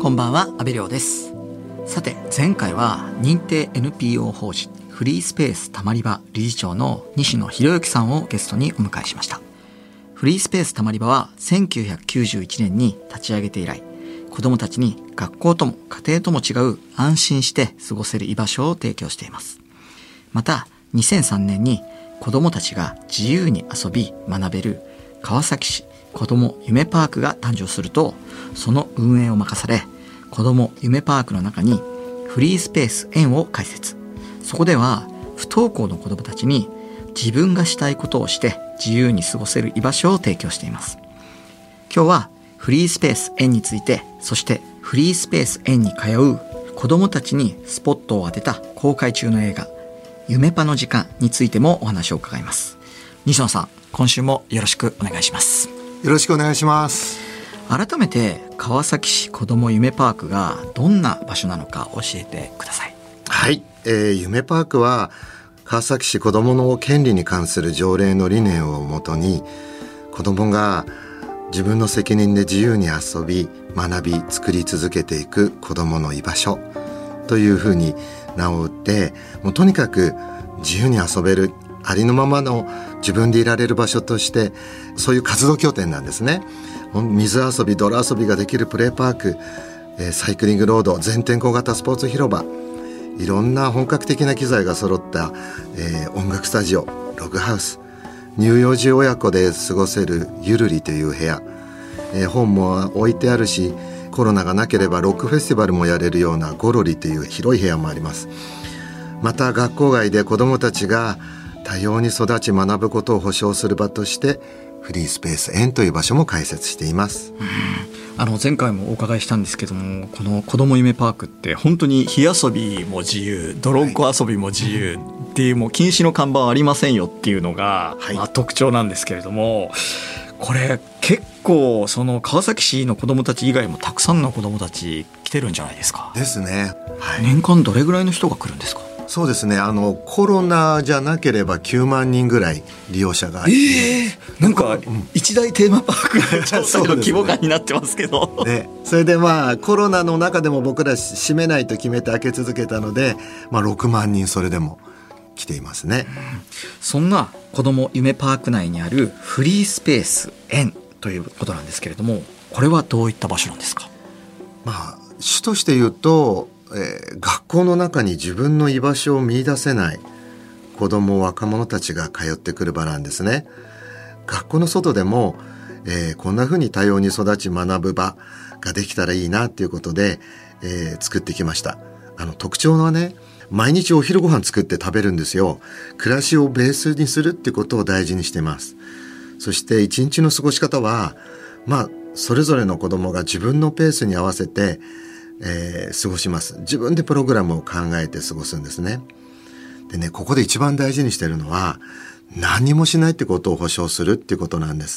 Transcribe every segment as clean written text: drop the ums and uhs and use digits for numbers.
こんばんは、阿部亮です。さて、前回は認定 NPO 法人フリースペースたまり場理事長の西野博之さんをゲストにお迎えしました。フリースペースたまり場は1991年に立ち上げて以来、子どもたちに学校とも家庭とも違う安心して過ごせる居場所を提供しています。また2003年に子どもたちが自由に遊び学べる川崎市子ども夢パークが誕生すると、その運営を任され、子ども夢パークの中にフリースペース園を開設。そこでは不登校の子どもたちに自分がしたいことをして自由に過ごせる居場所を提供しています。今日はフリースペース園について、そしてフリースペース園に通う子どもたちにスポットを当てた公開中の映画夢パの時間についてもお話を伺います。西野さん、今週もよろしくお願いします。 よろしくお願いします。 改めて川崎市子ども夢パークがどんな場所なのか教えてください。 はい、夢パークは川崎市子どもの権利に関する条例の理念をもとに、子どもが自分の責任で自由に遊び学び作り続けていく子どもの居場所というふうに名を打って、もうとにかく自由に遊べる、ありのままの自分でいられる場所として、そういう活動拠点なんですね。水遊び、泥遊びができるプレーパーク、サイクリングロード、全天候型スポーツ広場、いろんな本格的な機材が揃った、音楽スタジオ、ログハウス、乳幼児親子で過ごせるゆるりという部屋、本も置いてあるし、コロナがなければロックフェスティバルもやれるようなゴロリという広い部屋もあります。また学校外で子どもたちが多様に育ち学ぶことを保障する場としてフリースペース園という場所も開設しています。 前回もお伺いしたんですけども、この子ども夢パークって本当に火遊びも自由、泥んこ遊びも自由っていう、もう禁止の看板はありませんよっていうのが、特徴なんですけれども、これ結構その川崎市の子どもたち以外もたくさんの子どもたち来てるんじゃないですか。 ですね、 年間どれぐらいの人が来るんですか。 そうですね、コロナじゃなければ9万人ぐらい利用者がなんか一大テーマパークの規模感になってますけどね、それでコロナの中でも僕ら閉めないと決めて開け続けたので、6万人それでも来ていますね。 そんな子ども夢パーク内にあるフリースペース園ということなんですけれども、これはどういった場所なんですか。 主として言うと、学校の中に自分の居場所を見出せない子ども若者たちが通ってくる場なんですね。学校の外でも、こんな風に多様に育ち学ぶ場ができたらいいなっていうことで、作ってきました。特徴はね、毎日お昼ご飯作って食べるんですよ。暮らしをベースにするってことを大事にしています。そして一日の過ごし方は、それぞれの子どもが自分のペースに合わせて過ごします。自分でプログラムを考えて過ごすんですね。でね、ここで一番大事にしているのは、何もしないってことを保証するっていうことなんです。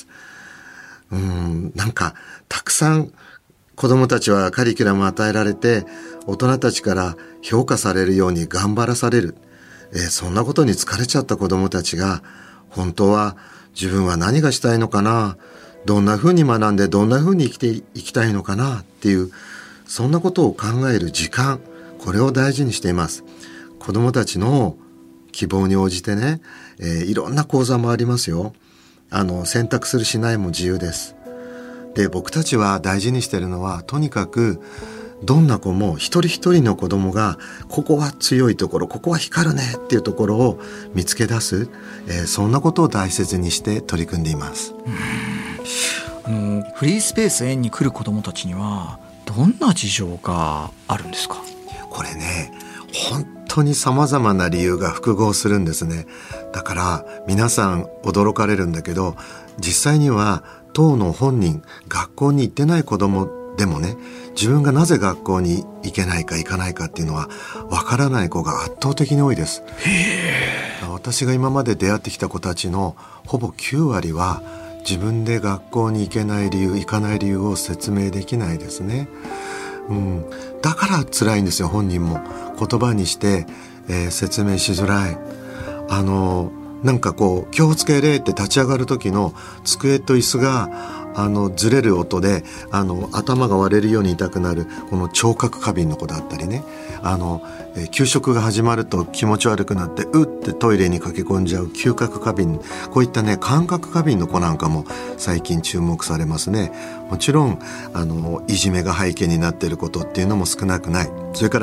たくさん子どもたちはカリキュラムを与えられて、大人たちから評価されるように頑張らされる、そんなことに疲れちゃった子どもたちが、本当は自分は何がしたいのかな、どんな風に学んでどんな風に生きていきたいのかなっていう、そんなことを考える時間、これを大事にしています。子どもたちの希望に応じてね、いろんな講座もありますよ。選択するしないも自由です。で、僕たちは大事にしているのは、とにかくどんな子も一人一人の子どもが、ここは強いところ、ここは光るねっていうところを見つけ出す、そんなことを大切にして取り組んでいます。 フリースペース園に来る子どもたちにはどんな事情があるんですか。 これね、本当に様々な理由が複合するんですね。だから皆さん驚かれるんだけど、実際には当の本人、学校に行ってない子どもでもね、自分がなぜ学校に行けないか行かないかっていうのはわからない子が圧倒的に多いです。私が今まで出会ってきた子たちのほぼ9割は、自分で学校に行けない理由、行かない理由を説明できないですね。だから辛いんですよ。本人も言葉にして、説明しづらい。気をつけれって立ち上がる時の机と椅子がずれる音で頭が割れるように痛くなるこの聴覚過敏の子だったりね、給食が始まると気持ち悪くなってうってトイレに駆け込んじゃう嗅覚過敏、こういったね感覚過敏の子なんかも最近注目されますね。もちろんいじめが背景になっていることっていうのも少なくない。それから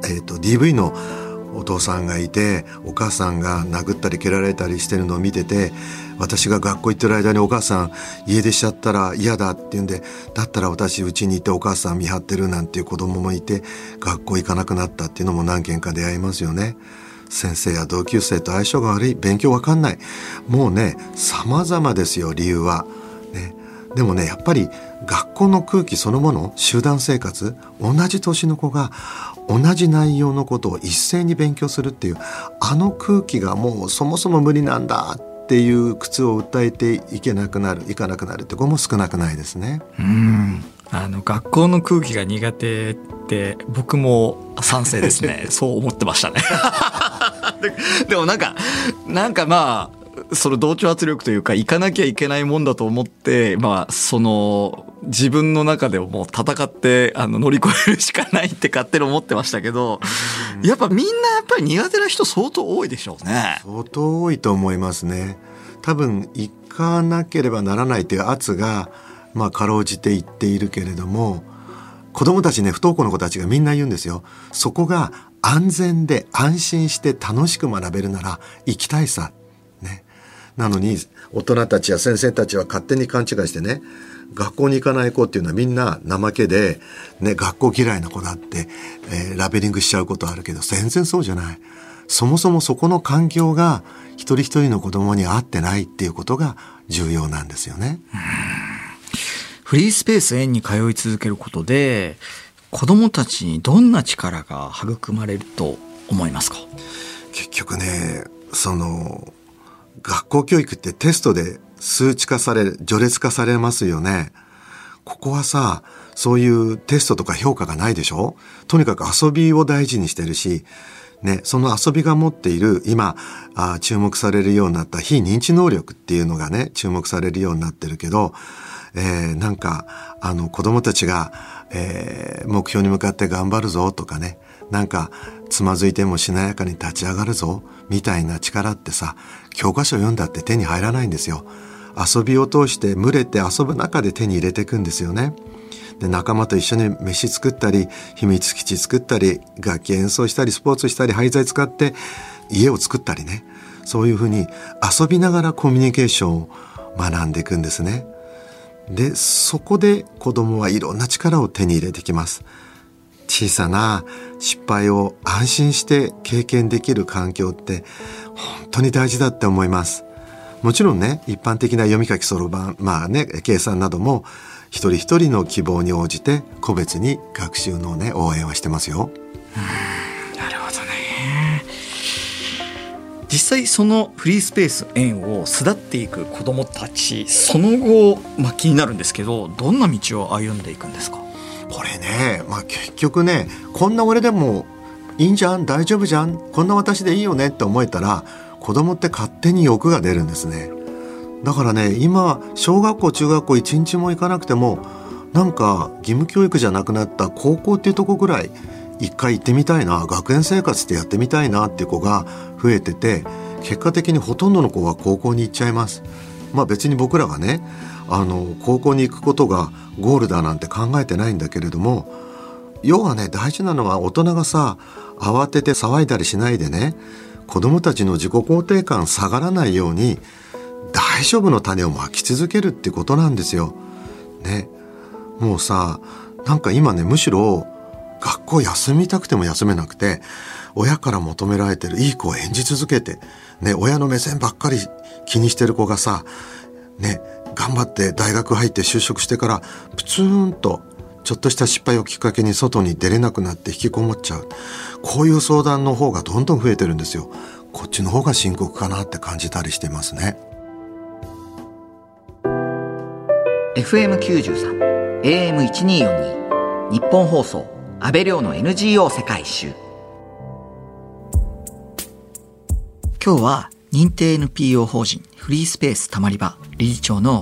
、DV のお父さんがいてお母さんが殴ったり蹴られたりしてるのを見てて、私が学校行ってる間にお母さん家出しちゃったら嫌だって言うんで、だったら私家にいてお母さん見張ってるなんていう子供もいて学校行かなくなったっていうのも何件か出会いますよね。先生や同級生と相性が悪い、勉強わかんない、もうね様々ですよ理由は、ね。でもねやっぱり学校の空気そのもの、集団生活、同じ年の子が同じ内容のことを一斉に勉強するっていう空気がもうそもそも無理なんだっていう苦痛を訴えていかなくなるって子も少なくないですね。 学校の空気が苦手って僕も賛成ですねそう思ってましたねでもなんかまあその同調圧力というか行かなきゃいけないもんだと思って、まあその自分の中でもう戦って乗り越えるしかないって勝手に思ってましたけど、やっぱみんなやっぱり苦手な人相当多いでしょうね。 相当多いと思いますね。多分行かなければならないという圧がまあかろうじて言っているけれども、子供たちね、不登校の子たちがみんな言うんですよ。そこが安全で安心して楽しく学べるなら行きたいさ、ね。なのに大人たちや先生たちは勝手に勘違いしてね、学校に行かない子っていうのはみんな怠けで、ね、学校嫌いな子だって、ラベリングしちゃうことあるけど、全然そうじゃない。そもそもそこの環境が一人一人の子供に合ってないっていうことが重要なんですよね。 フリースペース園に通い続けることで子どもたちにどんな力が育まれると思いますか？ 結局ね、学校教育ってテストで数値化される、序列化されますよね。ここはさ、そういうテストとか評価がないでしょ。とにかく遊びを大事にしてるし、ね、その遊びが持っている今注目されるようになった非認知能力っていうのがね注目されるようになってるけど、なんか子供たちが、目標に向かって頑張るぞとかね、なんかつまずいてもしなやかに立ち上がるぞみたいな力ってさ、教科書読んだって手に入らないんですよ。遊びを通して群れて遊ぶ中で手に入れていくんですよね。で、仲間と一緒に飯作ったり秘密基地作ったり楽器演奏したりスポーツしたり廃材使って家を作ったりね、そういうふうに遊びながらコミュニケーションを学んでいくんですね。で、そこで子供はいろんな力を手に入れてきます。小さな失敗を安心して経験できる環境って本当に大事だって思います。もちろんね、一般的な読み書きそろばん、計算なども一人一人の希望に応じて個別に学習のね応援はしてますよ。 なるほどね。実際そのフリースペース園を巣立っていく子どもたち、その後、気になるんですけど、どんな道を歩んでいくんですか？ これね、結局ね、こんな俺でもいいんじゃん、大丈夫じゃん、こんな私でいいよねって思えたら子供って勝手に欲が出るんですね。だからね、今小学校中学校一日も行かなくてもなんか義務教育じゃなくなった高校っていうとこぐらい一回行ってみたいな、学園生活ってやってみたいなっていう子が増えてて、結果的にほとんどの子は高校に行っちゃいます。別に僕らがね高校に行くことがゴールだなんて考えてないんだけれども、要はね、大事なのは大人がさ慌てて騒いだりしないでね、子供たちの自己肯定感下がらないように大丈夫の種をまき続けるってことなんですよね。もうさ、なんか今ね、むしろ学校休みたくても休めなくて親から求められてるいい子を演じ続けてね、親の目線ばっかり気にしてる子がさね、頑張って大学入って就職してからプツンとちょっとした失敗をきっかけに外に出れなくなって引きこもっちゃう、こういう相談の方がどんどん増えてるんですよ。こっちの方が深刻かなって感じたりしてますね。 FM93 AM1242 日本放送安倍亮の NGO 世界一周。今日は認定 NPO 法人フリースペースたまり場理事長の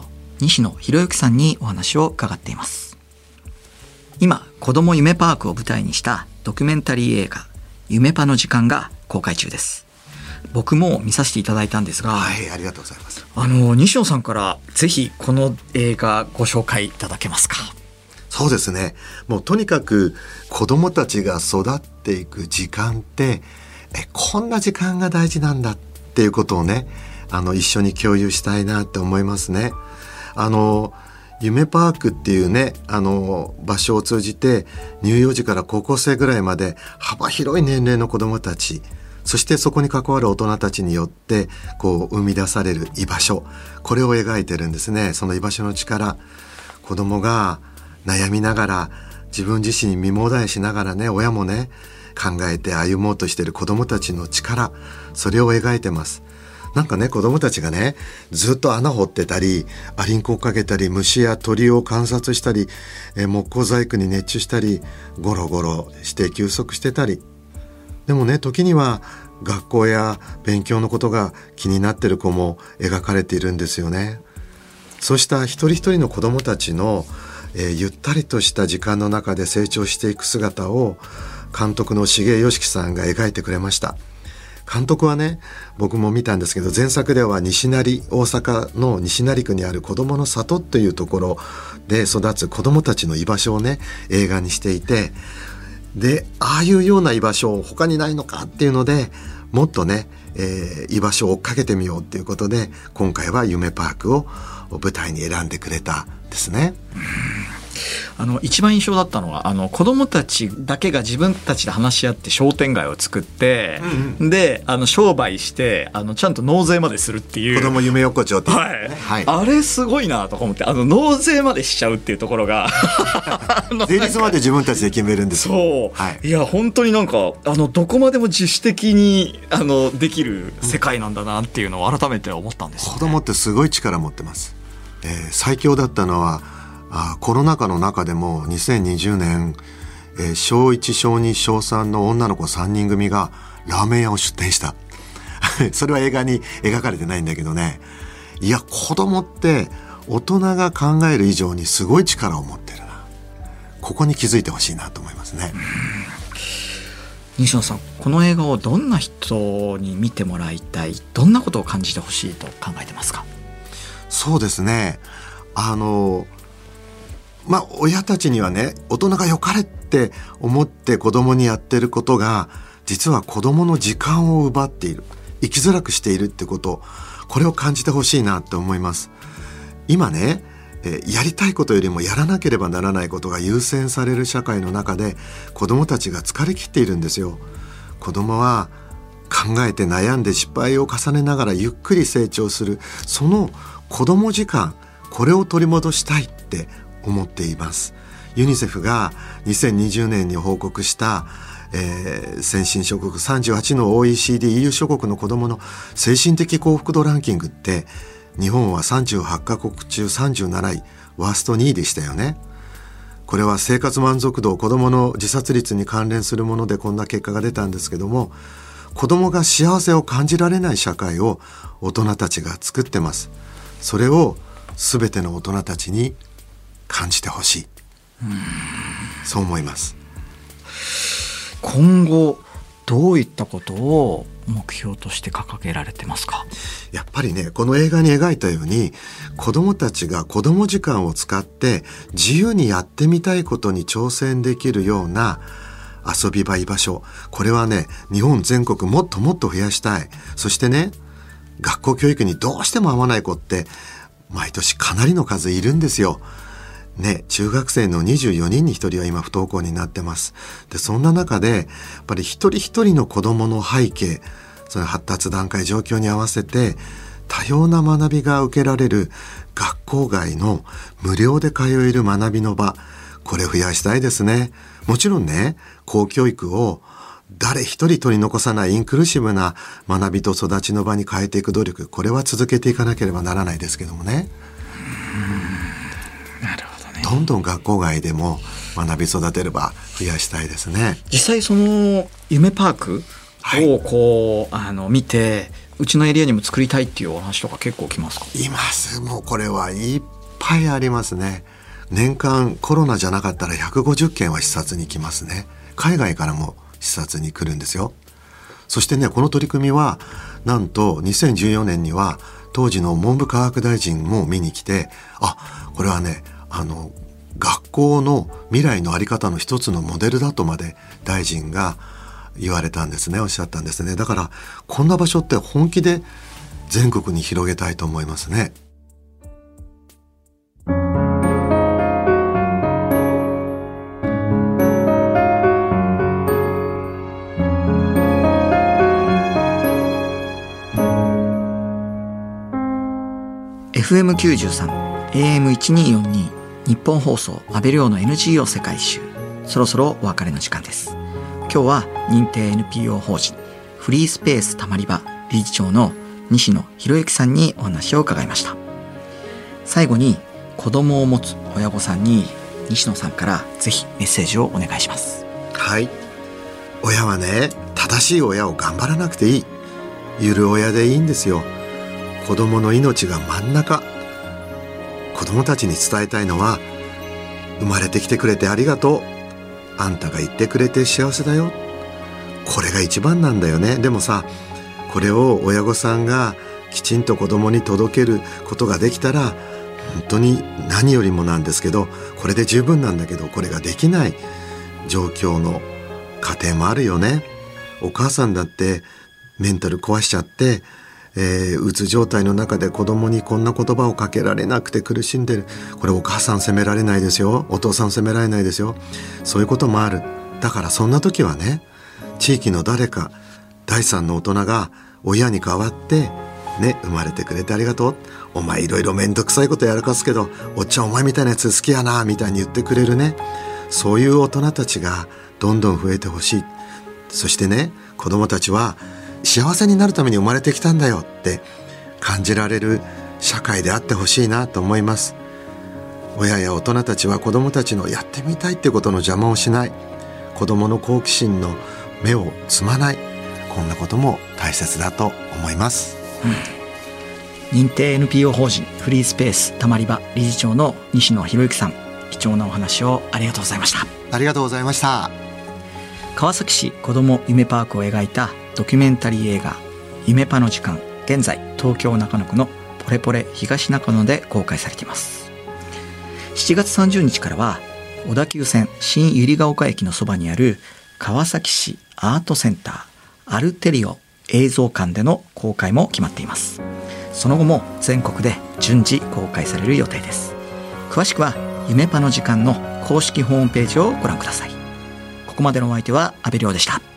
西野博之さんにお話を伺っています。今、子ども夢パークを舞台にしたドキュメンタリー映画夢パの時間が公開中です。僕も見させていただいたんですが、 はい、ありがとうございます。 西野さんからぜひこの映画ご紹介いただけますか？ そうですね。もうとにかく子どもたちが育っていく時間ってこんな時間が大事なんだっていうことをね、一緒に共有したいなって思いますね。夢パークっていうね、場所を通じて乳幼児から高校生ぐらいまで幅広い年齢の子どもたち、そしてそこに関わる大人たちによって生み出される居場所、これを描いてるんですね。その居場所の力、子どもが悩みながら自分自身に身もだえしながらね、親もね考えて歩もうとしている子どもたちの力、それを描いてます。なんかね、子どもたちがねずっと穴掘ってたりアリンコをかけたり虫や鳥を観察したり木工細工に熱中したりゴロゴロして休息してたり、でもね時には学校や勉強のことが気になっている子も描かれているんですよね。そうした一人一人の子どもたちの、ゆったりとした時間の中で成長していく姿を監督の重義樹さんが描いてくれました。監督はね、僕も見たんですけど、前作では大阪の西成区にある子どもの里というところで育つ子どもたちの居場所をね映画にしていて、でああいうような居場所他にないのかっていうので、もっとね、居場所を追っかけてみようっていうことで今回は夢パークを舞台に選んでくれたんですね。 一番印象だったのは子どもたちだけが自分たちで話し合って商店街を作って、で商売してちゃんと納税までするっていう子ども夢横丁っていう、 はいはい、あれすごいなとか思って、納税までしちゃうっていうところが税率まで自分たちで決めるんですよ。 そう、はい、いや本当になんかどこまでも自主的にできる世界なんだなっていうのを改めて思ったんです、ね。 子どもってすごい力持ってます。最強だったのはコロナ禍の中でも2020年、小1小2小3の女の子3人組がラーメン屋を出店したそれは映画に描かれてないんだけどね、いや子供って大人が考える以上にすごい力を持ってるな、ここに気づいてほしいなと思いますね。 西野さん、この映画をどんな人に見てもらいたい、どんなことを感じてほしいと考えてますか？ そうですね、親たちにはね、大人が良かれって思って子供にやってることが実は子供の時間を奪っている、生きづらくしているってこと、これを感じてほしいなって思います。今ね、やりたいことよりもやらなければならないことが優先される社会の中で子供たちが疲れ切っているんですよ。子供は考えて悩んで失敗を重ねながらゆっくり成長する、その子供時間、これを取り戻したいって思っています。ユニセフが2020年に報告した、先進諸国38の OECD、EU 諸国の子どもの精神的幸福度ランキングって日本は38カ国中37位、ワースト2位でしたよね。これは生活満足度、子どもの自殺率に関連するものでこんな結果が出たんですけども、子どもが幸せを感じられない社会を大人たちが作ってます。それを全ての大人たちに感じてほしい、そう思います。 今後どういったことを目標として掲げられてますか？ やっぱりね、この映画に描いたように子どもたちが子ども時間を使って自由にやってみたいことに挑戦できるような遊び場、居場所、これはね、日本全国もっともっと増やしたい。そしてね、学校教育にどうしても合わない子って毎年かなりの数いるんですよね。中学生の24人に1人は今不登校になってます。でそんな中でやっぱり一人一人の子どもの背景、その発達段階状況に合わせて多様な学びが受けられる学校外の無料で通える学びの場、これ増やしたいですね。もちろんね、公教育を誰一人取り残さないインクルーシブな学びと育ちの場に変えていく努力、これは続けていかなければならないですけどもね。 なるほどね。 どんどん学校外でも学び育てる場増やしたいですね。 実際その夢パークを見て、うちのエリアにも作りたいっていうお話とか結構来ますか？ います。もうこれはいっぱいありますね。年間コロナじゃなかったら150件は視察に来ますね。海外からも視察に来るんですよ。そしてね、この取り組みはなんと2014年には当時の文部科学大臣も見に来て、これはね、学校の未来の在り方の一つのモデルだとまで大臣が言われたんですね、おっしゃったんですね。だからこんな場所って本気で全国に広げたいと思いますね。 FM93 AM1242 日本放送安倍亮の NGO 世界一周、そろそろお別れの時間です。今日は認定 NPO 法人フリースペースたまり場理事長の西野博之さんにお話を伺いました。最後に子供を持つ親御さんに西野さんからぜひメッセージをお願いします。 はい、親はね、正しい親を頑張らなくていい、ゆる親でいいんですよ。子供の命が真ん中。子供たちに伝えたいのは、生まれてきてくれてありがとう、あんたが言ってくれて幸せだよ、これが一番なんだよね。でもさ、これを親御さんがきちんと子供に届けることができたら本当に何よりもなんですけど、これで十分なんだけど、これができない状況の家庭もあるよね。お母さんだってメンタル壊しちゃって、うつ状態の中で子供にこんな言葉をかけられなくて苦しんでる。これお母さん責められないですよ、お父さん責められないですよ。そういうこともある。だからそんな時はね、地域の誰か第三の大人が親に代わってね、生まれてくれてありがとう、お前いろいろめんどくさいことやらかすけど、おっちゃんお前みたいなやつ好きやなみたいに言ってくれるね、そういう大人たちがどんどん増えてほしい。そしてね、子供たちは幸せになるために生まれてきたんだよって感じられる社会であってほしいなと思います。親や大人たちは子供たちのやってみたいってことの邪魔をしない、子供の好奇心の目を摘まない、こんなことも大切だと思います。 認定 NPO 法人フリースペースたまり場理事長の西野博之さん、貴重なお話をありがとうございました。 ありがとうございました。 川崎市子ども夢パークを描いたドキュメンタリー映画夢パの時間、現在東京中野区のポレポレ東中野で公開されています。7月30日からは小田急線新百合ヶ丘駅のそばにある川崎市アートセンターアルテリオ映像館での公開も決まっています。その後も全国で順次公開される予定です。詳しくは夢パの時間の公式ホームページをご覧ください。ここまでのお相手は阿部亮でした。